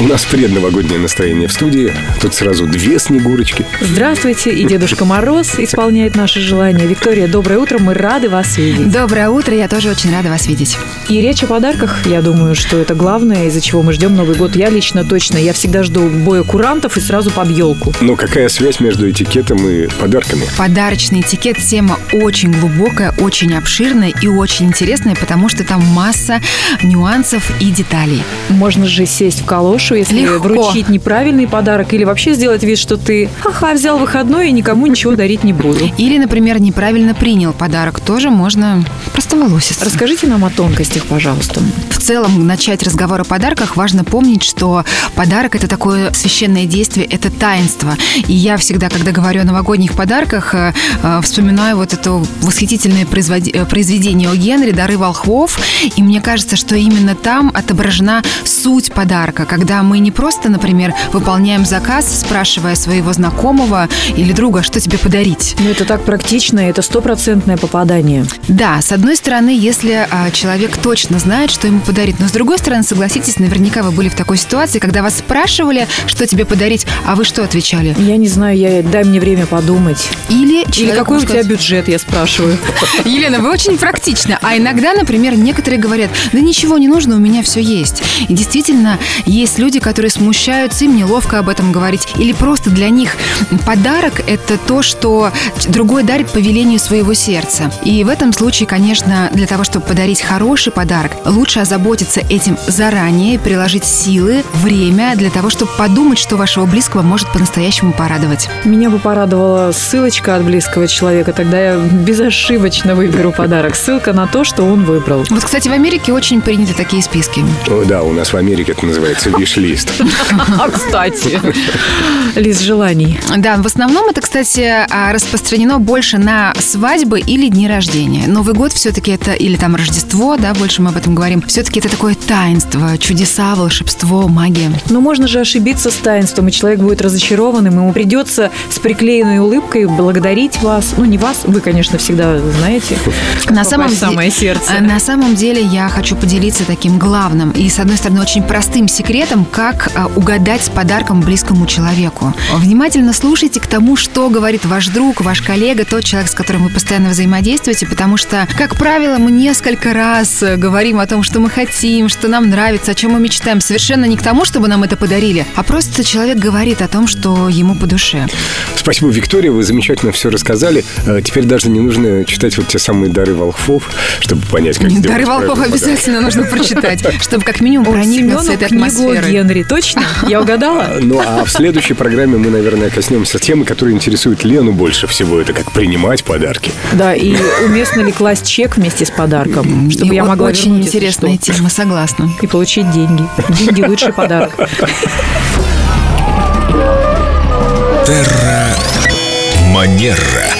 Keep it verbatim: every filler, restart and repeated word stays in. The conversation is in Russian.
нас предновогоднее настроение в студии. Тут сразу две Снегурочки. Здравствуйте, и Дедушка Мороз исполняет наши желания. Виктория, доброе утро, мы рады вас видеть. Доброе утро, я тоже очень рада вас видеть. И речь о подарках, я думаю, что это главное, из-за чего мы ждем Новый год. Я лично точно, я всегда жду боя курантов и сразу под елку. Но какая связь между этикетом и подарками? Подарочный этикет – тема очень глубокая, очень обширная и очень интересная, потому что там масса нюансов и деталей. Можно же сесть в калошу, если Легко. вручить неправильный подарок, или вообще сделать вид, что ты ха-ха, взял выходной и никому ничего дарить не буду. Или, например, неправильно принял подарок. Тоже можно простоволоситься. Расскажите нам о тонкостях, пожалуйста. В целом, начать разговор о подарках важно помнить, что подарок – это такое священное действие, это таинство. И я всегда, когда говорю о новогодних подарках, вспоминаю вот это восхитительное произведение О. Генри «Дары волхвов». И мне кажется, что именно там отображена суть подарка, когда мы не просто, например, выполняем заказ, спрашивая своего знакомого или друга, что тебе подарить. Ну, это так практично, это стопроцентное попадание. Да, с одной стороны, если а, человек точно знает, что ему подарить, но с другой стороны, согласитесь, наверняка вы были в такой ситуации, когда вас спрашивали, что тебе подарить, а вы что отвечали? Я не знаю, я дай мне время подумать. Или, Или какой у тебя бюджет, я спрашиваю. Елена, вы очень практичны. А иногда, например, некоторые говорят, да ничего не нужно, у меня все есть. И действительно, есть люди, которые смущаются, им неловко об этом говорить. Или просто для них подарок – это то, что другой дарит по велению своего сердца. И в этом случае, конечно, для того, чтобы подарить хороший подарок, лучше озаботиться этим заранее, приложить силы, время для того, чтобы подумать, что вашего близкого может по-настоящему порадовать. Меня бы порадовала ссылочка от близкого человека, тогда я безошибочно выберу подарок. Ссылка на то, что он выбрал. Вот, кстати, в Америке очень приняты такие списки. О, да, у нас в Америке это называется виш-лист. А, кстати, лист желаний. Да, в основном это, кстати, распространено больше на свадьбы или дни рождения. Новый год все-таки это, или там Рождество, да, больше мы об этом говорим. Все-таки это такое таинство, чудеса, волшебство, магия. Но можно же ошибиться с таинством, и человек будет разочарованным, ему придется с приклеенной улыбкой благодарить вас. Ну, не вас, вы, конечно, всегда знаете, на самом, самое сердце. На самом деле я хочу поделиться таким главным и, с одной стороны, очень простым секретом, как угадать с подарком близкому человеку. Внимательно слушайте к тому, что говорит ваш друг, ваш коллега, тот человек, с которым вы постоянно взаимодействуете, потому что, как правило, мы несколько раз говорим о том, что мы хотим, что нам нравится, о чем мы мечтаем, совершенно не к тому, чтобы нам это подарили, а просто человек говорит о том, что ему по душе. Спасибо, Виктория, вы замечательно все рассказали. Теперь даже не нужно читать вот те самые «Дары волхвов», чтобы понять, как сделать. «Дары волхвов» обязательно нужно прочитать, чтобы как минимум проникнуться этой атмосферой. Книгу Генри, точно? Я угадала? Ну, а в следующей программе мы, наверное, коснемся темы, которая интересует Лену больше всего. Это как принимать подарки. Да, и уместно ли класть чек вместе с подарком, чтобы и я могла очень вернуть, интересная тема, согласна. И получить деньги. Деньги – лучший подарок. Терра Манера.